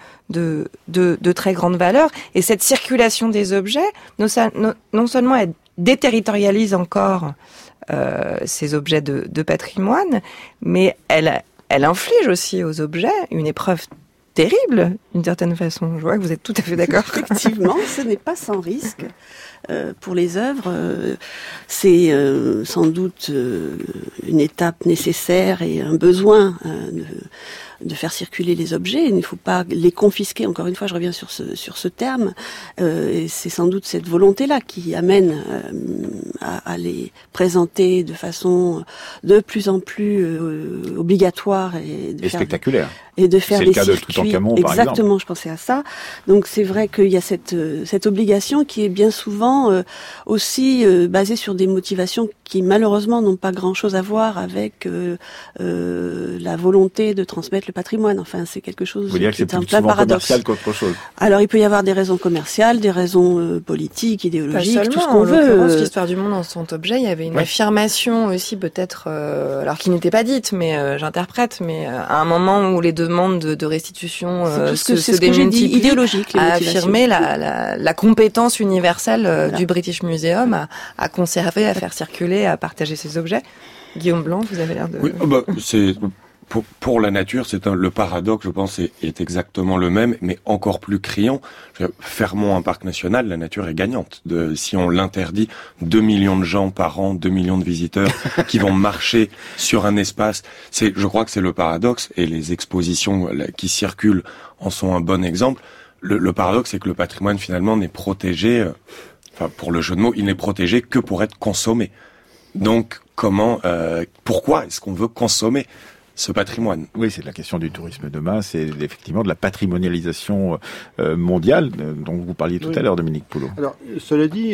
de très grande valeur. Et cette circulation des objets, non seulement elle déterritorialise encore ces objets de patrimoine, mais elle inflige aussi aux objets une épreuve terrible, d'une certaine façon. Je vois que vous êtes tout à fait d'accord. Effectivement, ce n'est pas sans risque. Pour les œuvres, c'est sans doute une étape nécessaire et un besoin de faire circuler les objets. Il ne faut pas les confisquer. Encore une fois, je reviens sur ce terme. Et c'est sans doute cette volonté-là qui amène à les présenter de façon de plus en plus obligatoire et spectaculaire. Et de faire des circuits. C'est le cas de Toutankhamon, par exemple. Exactement, je pensais à ça. Donc c'est vrai qu'il y a cette obligation qui est bien souvent aussi basée sur des motivations qui malheureusement n'ont pas grand-chose à voir avec la volonté de transmettre le patrimoine. Enfin, c'est quelque chose qui est un peu paradoxe. Commercial qu'autre chose. Alors, il peut y avoir des raisons commerciales, des raisons politiques, idéologiques, tout ce qu'on veut. L'histoire du monde en 100 objets, il y avait une affirmation aussi peut-être, alors qui n'était pas dite, mais j'interprète, mais à un moment où les demandes de restitution se démultiplient, idéologique, a affirmé la compétence universelle du British Museum à conserver, à faire circuler, à partager ces objets. Guillaume Blanc, vous avez l'air de... Oui, c'est... Pour la nature, le paradoxe, je pense, est exactement le même, mais encore plus criant. Fermons un parc national, la nature est gagnante. Si on l'interdit, 2 millions de gens par an, 2 millions de visiteurs qui vont marcher sur un espace. Je crois que c'est le paradoxe, et les expositions qui circulent en sont un bon exemple. Le paradoxe, c'est que le patrimoine, finalement, n'est protégé, pour le jeu de mots, il n'est protégé que pour être consommé. Donc, pourquoi est-ce qu'on veut consommer ce patrimoine? Oui, c'est la question du tourisme demain, c'est effectivement de la patrimonialisation mondiale dont vous parliez tout à l'heure, Dominique Poulot. Alors, cela dit,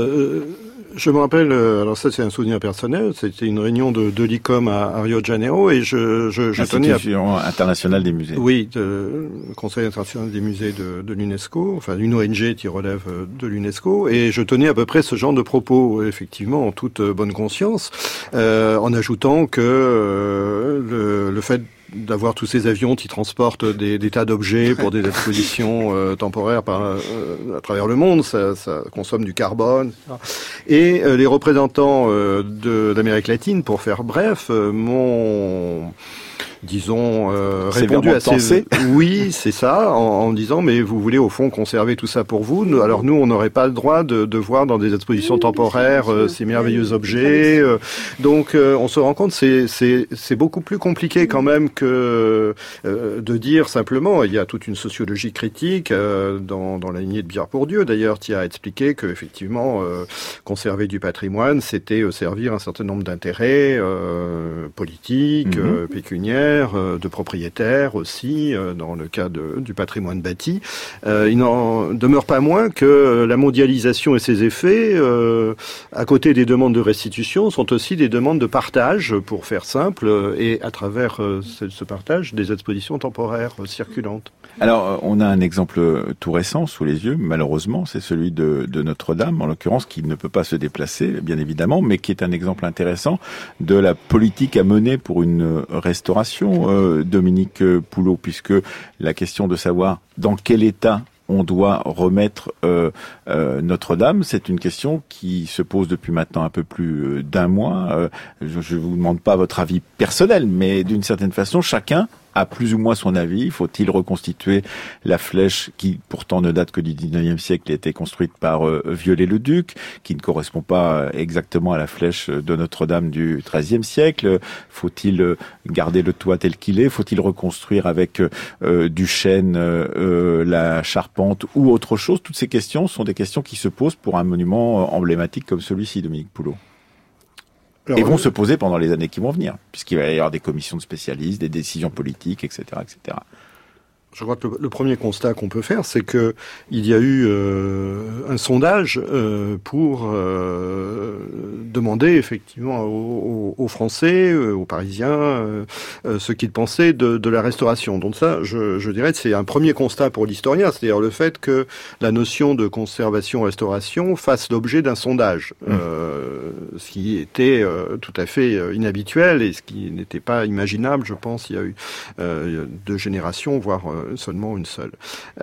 je me rappelle, alors ça c'est un souvenir personnel, c'était une réunion de l'ICOM à Rio de Janeiro, et je tenais à... L'Institution internationale des musées. Oui, le Conseil international des musées de l'UNESCO, enfin une ONG qui relève de l'UNESCO, et je tenais à peu près ce genre de propos, effectivement, en toute bonne conscience, en ajoutant que le fait d'avoir tous ces avions qui transportent des tas d'objets pour des expositions temporaires à travers le monde, ça consomme du carbone. Et les représentants d'Amérique latine, pour faire bref, m'ont disons, répondu à ces... Oui, c'est ça, en disant, mais vous voulez au fond conserver tout ça pour vous. Alors nous, on n'aurait pas le droit de voir dans des expositions temporaires ces merveilleux objets. Donc on se rend compte, c'est beaucoup plus compliqué quand même que de dire simplement, il y a toute une sociologie critique dans la lignée de Biard-Bourdieu, d'ailleurs, qui a expliqué que effectivement conserver du patrimoine, c'était servir un certain nombre d'intérêts politiques, pécuniaires, de propriétaires aussi, dans le cas du patrimoine bâti. Il n'en demeure pas moins que la mondialisation et ses effets, à côté des demandes de restitution, sont aussi des demandes de partage, pour faire simple, et à travers ce partage, des expositions temporaires circulantes. Alors, on a un exemple tout récent sous les yeux, malheureusement, c'est celui de Notre-Dame, en l'occurrence, qui ne peut pas se déplacer, bien évidemment, mais qui est un exemple intéressant de la politique à mener pour une restauration, Dominique Poulot, puisque la question de savoir dans quel état on doit remettre Notre-Dame, c'est une question qui se pose depuis maintenant un peu plus d'un mois. Je vous demande pas votre avis personnel, mais d'une certaine façon, chacun a plus ou moins son avis. Faut-il reconstituer la flèche qui pourtant ne date que du 19e siècle et a été construite par Viollet-le-Duc, qui ne correspond pas exactement à la flèche de Notre-Dame du XIIIe siècle? Faut-il garder le toit tel qu'il est? Faut-il reconstruire avec du chêne la charpente ou autre chose? Toutes ces questions sont des questions qui se posent pour un monument emblématique comme celui-ci, Dominique Poulot. Alors, et vont se poser pendant les années qui vont venir, puisqu'il va y avoir des commissions de spécialistes, des décisions politiques, etc., etc. Je crois que le premier constat qu'on peut faire, c'est que il y a eu un sondage pour demander effectivement aux Français, aux Parisiens, ce qu'ils pensaient de la restauration. Donc ça, je dirais que c'est un premier constat pour l'historien, c'est-à-dire le fait que la notion de conservation-restauration fasse l'objet d'un sondage, ce qui était tout à fait inhabituel et ce qui n'était pas imaginable, je pense. Il y a eu 2 générations, voire seulement une seule.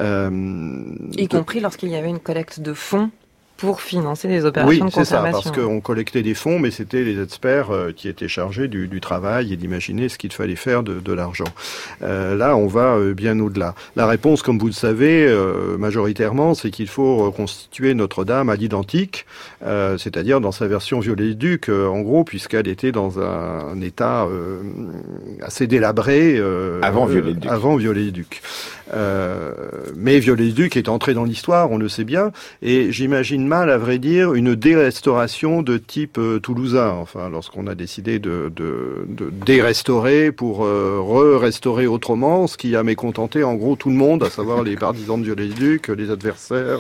Y compris lorsqu'il y avait une collecte de fonds pour financer des opérations de conservation. Oui, c'est ça, parce qu'on collectait des fonds, mais c'était les experts qui étaient chargés du travail et d'imaginer ce qu'il fallait faire de l'argent. Là, on va bien au-delà. La réponse, comme vous le savez, majoritairement, c'est qu'il faut reconstituer Notre-Dame à l'identique, c'est-à-dire dans sa version Viollet-le-Duc, en gros, puisqu'elle était dans un état assez délabré avant Viollet-le-Duc. Avant Viollet-le-Duc. Mais Viollet-le-Duc est entré dans l'histoire, on le sait bien, et j'imagine mal, à vrai dire, une dérestauration de type toulousain. Enfin, lorsqu'on a décidé de dérestaurer pour re-restaurer autrement, ce qui a mécontenté en gros tout le monde, à savoir les partisans de Viollet-le-Duc, les adversaires.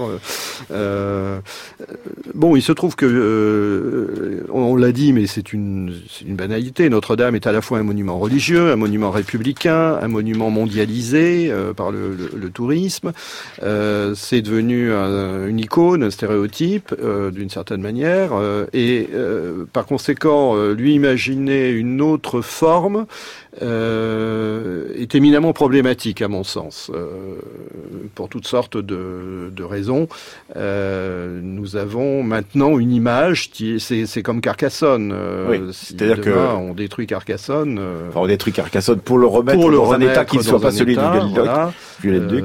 Bon, il se trouve que, on l'a dit, mais c'est une banalité. Notre-Dame est à la fois un monument religieux, un monument républicain, un monument mondialisé par le tourisme. C'est devenu une icône, un stéréotype, d'une certaine manière, et par conséquent, lui imaginer une autre forme est éminemment problématique à mon sens, pour toutes sortes de raisons. Nous avons maintenant une image qui c'est comme Carcassonne. Oui, si c'est-à-dire que on détruit Carcassonne, on détruit Carcassonne pour le remettre dans un état qui ne soit pas celui du Viollet-le-Duc.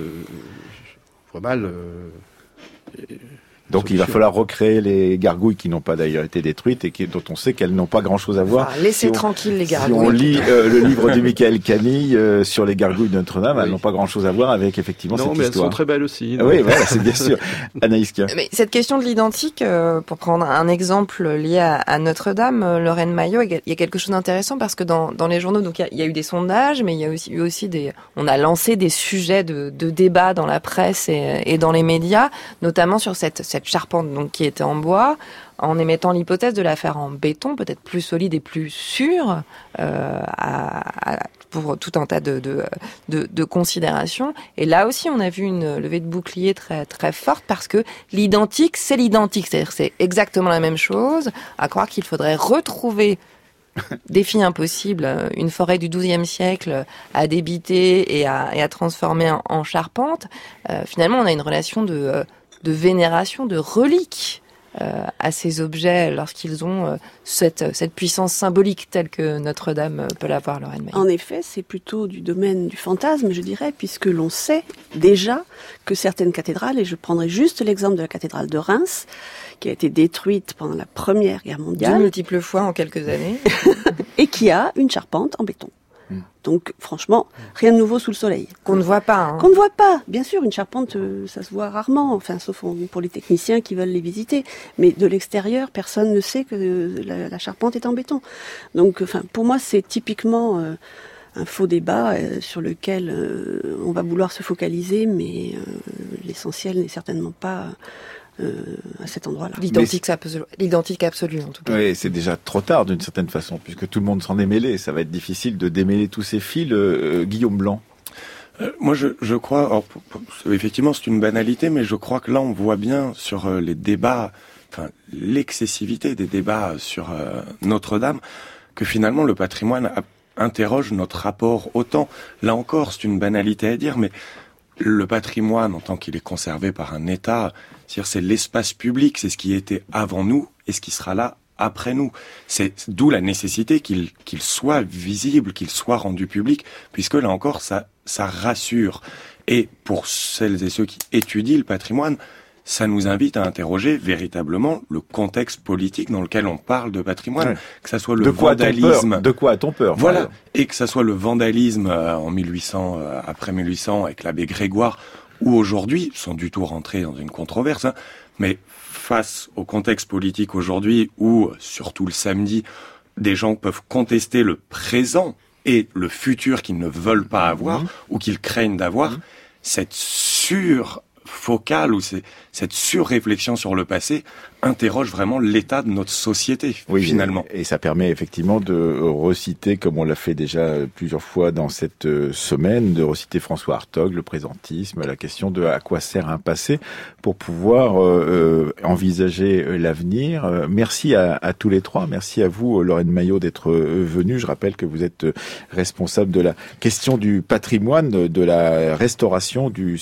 Mal. Donc il va falloir recréer les gargouilles qui n'ont pas d'ailleurs été détruites et dont on sait qu'elles n'ont pas grand-chose à voir. Laissez tranquille les gargouilles. Si on lit le livre de Michael Camille sur les gargouilles de Notre-Dame, oui. Elles n'ont pas grand-chose à voir avec effectivement cette histoire. Non, mais elles sont très belles aussi. Oui, voilà, c'est bien sûr. Anaïs Kien. Mais cette question de l'identique, pour prendre un exemple lié à Notre-Dame, Lorraine Maillot, il y a quelque chose d'intéressant parce que dans les journaux, donc il y a eu des sondages, mais il y a eu aussi on a lancé des sujets de débat dans la presse et dans les médias, notamment sur cette charpente donc qui était en bois, en émettant l'hypothèse de la faire en béton, peut-être plus solide et plus sûr, pour tout un tas de considérations. Et là aussi, on a vu une levée de bouclier très très forte parce que l'identique, c'est l'identique, c'est-à-dire c'est exactement la même chose. À croire qu'il faudrait retrouver défi impossible, une forêt du XIIe siècle à débiter et à transformer en charpente. Finalement, on a une relation de vénération, de relique à ces objets lorsqu'ils ont cette puissance symbolique telle que Notre-Dame peut l'avoir, Lorraine Maillot? En effet, c'est plutôt du domaine du fantasme, je dirais, puisque l'on sait déjà que certaines cathédrales, et je prendrai juste l'exemple de la cathédrale de Reims, qui a été détruite pendant la Première Guerre mondiale. De multiples fois en quelques années. Et qui a une charpente en béton. Donc, franchement, rien de nouveau sous le soleil. Qu'on ne voit pas. Hein. Qu'on ne voit pas. Bien sûr, une charpente, ça se voit rarement, enfin, sauf pour les techniciens qui veulent les visiter. Mais de l'extérieur, personne ne sait que la charpente est en béton. Donc, enfin, pour moi, c'est typiquement un faux débat sur lequel on va vouloir se focaliser, mais l'essentiel n'est certainement pas à cet endroit-là. L'identique absolu, en tout cas. Oui, c'est déjà trop tard d'une certaine façon, puisque tout le monde s'en est mêlé. Ça va être difficile de démêler tous ces fils. Guillaume Blanc. Moi, je crois, alors, effectivement, c'est une banalité, mais je crois que là, on voit bien sur les débats, enfin, l'excessivité des débats sur Notre-Dame, que finalement, le patrimoine interroge notre rapport au temps. Là encore, c'est une banalité à dire, mais le patrimoine, en tant qu'il est conservé par un État, c'est l'espace public, c'est ce qui était avant nous et ce qui sera là après nous. C'est d'où la nécessité qu'il soit visible, qu'il soit rendu public, puisque là encore, ça rassure. Et pour celles et ceux qui étudient le patrimoine, ça nous invite à interroger véritablement le contexte politique dans lequel on parle de patrimoine, ouais. Que ça soit le vandalisme. De quoi a-t-on peur? Voilà, et que ça soit le vandalisme en 1800, après 1800 avec l'abbé Grégoire, ou aujourd'hui, sans du tout rentrer dans une controverse, hein, mais face au contexte politique aujourd'hui, où surtout le samedi, des gens peuvent contester le présent et le futur qu'ils ne veulent pas avoir ou qu'ils craignent d'avoir, cette focale ou cette surréflexion sur le passé interroge vraiment l'état de notre société, finalement. Et ça permet effectivement de reciter, comme on l'a fait déjà plusieurs fois dans cette semaine, de reciter François Hartog, le présentisme, la question de à quoi sert un passé pour pouvoir envisager l'avenir. Merci à tous les trois. Merci à vous, Lorraine Maillot, d'être venue. Je rappelle que vous êtes responsable de la question du patrimoine, de la restauration du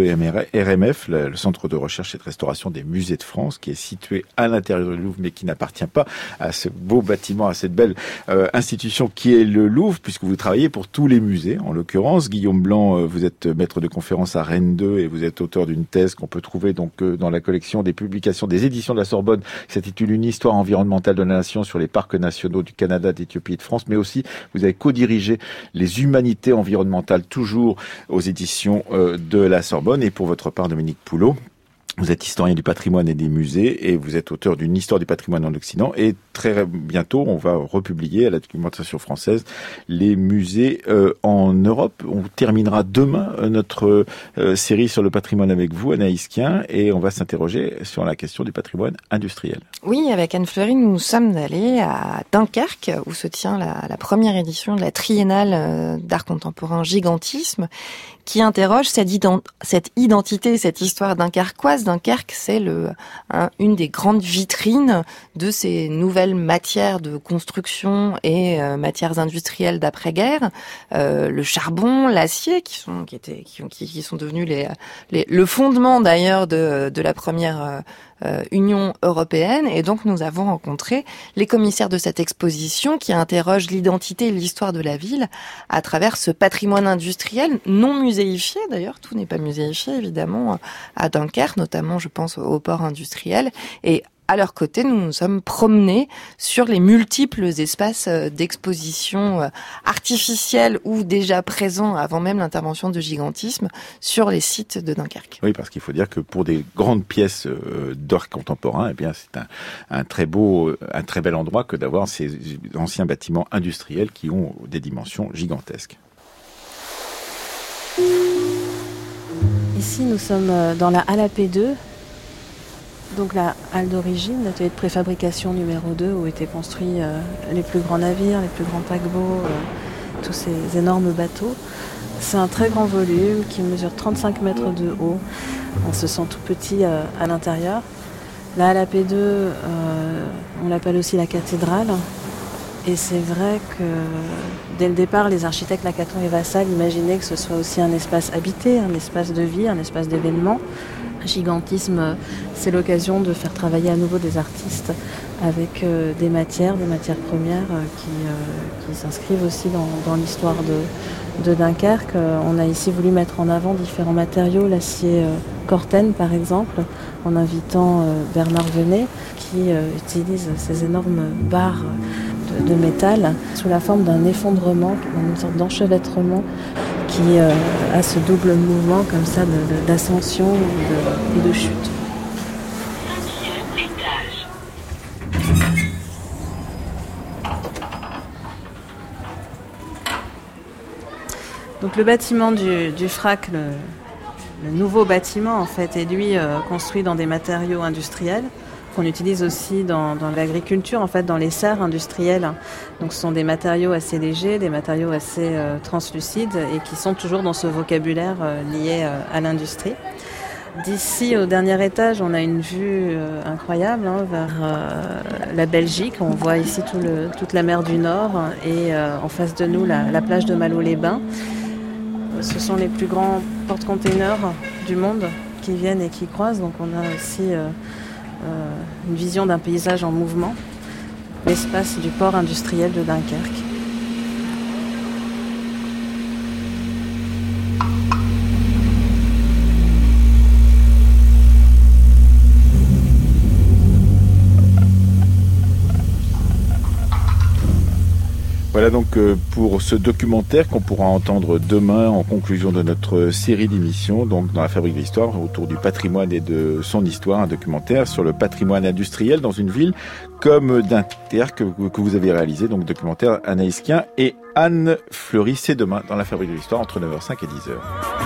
C2RMF, le Centre de recherche et de restauration des musées de France, qui est situé à l'intérieur du Louvre, mais qui n'appartient pas à ce beau bâtiment, à cette belle institution qui est le Louvre, puisque vous travaillez pour tous les musées. En l'occurrence, Guillaume Blanc, vous êtes maître de conférence à Rennes 2 et vous êtes auteur d'une thèse qu'on peut trouver donc dans la collection des publications des éditions de la Sorbonne, qui s'intitule Une histoire environnementale de la nation sur les parcs nationaux du Canada, d'Éthiopie et de France, mais aussi vous avez co-dirigé les humanités environnementales, toujours aux éditions de la Sorbonne. Et pour votre part, Dominique Poulot, vous êtes historien du patrimoine et des musées et vous êtes auteur d'une histoire du patrimoine en Occident. Et très bientôt, on va republier à la documentation française les musées en Europe. On terminera demain notre série sur le patrimoine avec vous, Anaïs Kien, et on va s'interroger sur la question du patrimoine industriel. Oui, avec Anne Fleury, nous sommes allés à Dunkerque, où se tient la première édition de la triennale d'art contemporain Gigantisme, qui interroge cette identité, cette histoire dunkerquoise. Dunkerque, c'est une des grandes vitrines de ces nouvelles matières de construction et matières industrielles d'après-guerre. Le charbon, l'acier, qui sont devenus le fondement d'ailleurs de la première Union européenne. Et donc nous avons rencontré les commissaires de cette exposition qui interrogent l'identité et l'histoire de la ville à travers ce patrimoine industriel non muséifié. D'ailleurs, tout n'est pas muséifié évidemment à Dunkerque, notamment je pense au port industriel. Et à leur côté, nous nous sommes promenés sur les multiples espaces d'exposition artificiels ou déjà présents avant même l'intervention de Gigantisme sur les sites de Dunkerque. Oui, parce qu'il faut dire que pour des grandes pièces d'art contemporain, eh bien, c'est un très bel endroit que d'avoir ces anciens bâtiments industriels qui ont des dimensions gigantesques. Ici, nous sommes dans la halle AP2. Donc la halle d'origine, l'atelier de préfabrication numéro 2 où étaient construits les plus grands navires, les plus grands paquebots, tous ces énormes bateaux. C'est un très grand volume qui mesure 35 mètres de haut. On se sent tout petit à l'intérieur. La halle AP2, on l'appelle aussi la cathédrale. Et c'est vrai que dès le départ, les architectes Lacaton et Vassal imaginaient que ce soit aussi un espace habité, un espace de vie, un espace d'événement, gigantisme, c'est l'occasion de faire travailler à nouveau des artistes avec des matières premières qui s'inscrivent aussi dans l'histoire de Dunkerque. On a ici voulu mettre en avant différents matériaux, l'acier Corten par exemple, en invitant Bernard Venet qui utilise ces énormes barres de métal sous la forme d'un effondrement, une sorte d'enchevêtrement qui a ce double mouvement comme ça d'ascension et de chute. Donc le bâtiment du FRAC, le nouveau bâtiment en fait, est lui construit dans des matériaux industriels qu'on utilise aussi dans l'agriculture, en fait, dans les serres industrielles. Donc ce sont des matériaux assez légers, des matériaux assez translucides et qui sont toujours dans ce vocabulaire lié à l'industrie. D'ici au dernier étage, on a une vue incroyable vers la Belgique. On voit ici toute la mer du Nord et en face de nous la plage de Malo-les-Bains. Ce sont les plus grands porte-containers du monde qui viennent et qui croisent. Donc on a aussi une vision d'un paysage en mouvement, l'espace du port industriel de Dunkerque. Voilà donc pour ce documentaire qu'on pourra entendre demain en conclusion de notre série d'émissions, donc dans la Fabrique de l'Histoire, autour du patrimoine et de son histoire, un documentaire sur le patrimoine industriel dans une ville comme Dunkerque que vous avez réalisé, donc documentaire Anaïs Kien et Anne Fleury. C'est demain dans la Fabrique de l'Histoire entre 9h05 et 10h.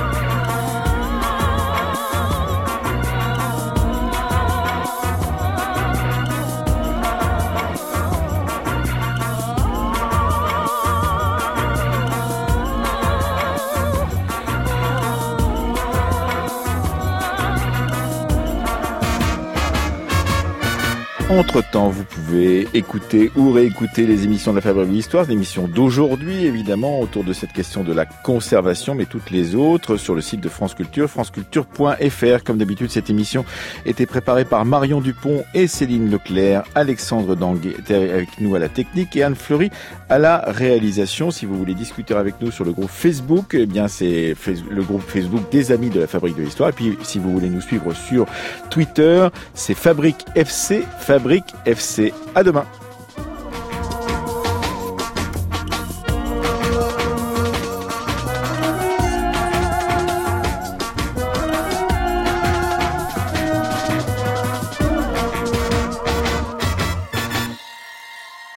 Entre-temps, vous pouvez écouter ou réécouter les émissions de la Fabrique de l'Histoire, l'émission d'aujourd'hui, évidemment, autour de cette question de la conservation, mais toutes les autres sur le site de France Culture, franceculture.fr. Comme d'habitude, cette émission était préparée par Marion Dupont et Céline Leclerc. Alexandre Danguet était avec nous à la technique et Anne Fleury à la réalisation. Si vous voulez discuter avec nous sur le groupe Facebook, eh bien, c'est le groupe Facebook des Amis de la Fabrique de l'Histoire. Et puis, si vous voulez nous suivre sur Twitter, c'est Fabrique FC. À demain.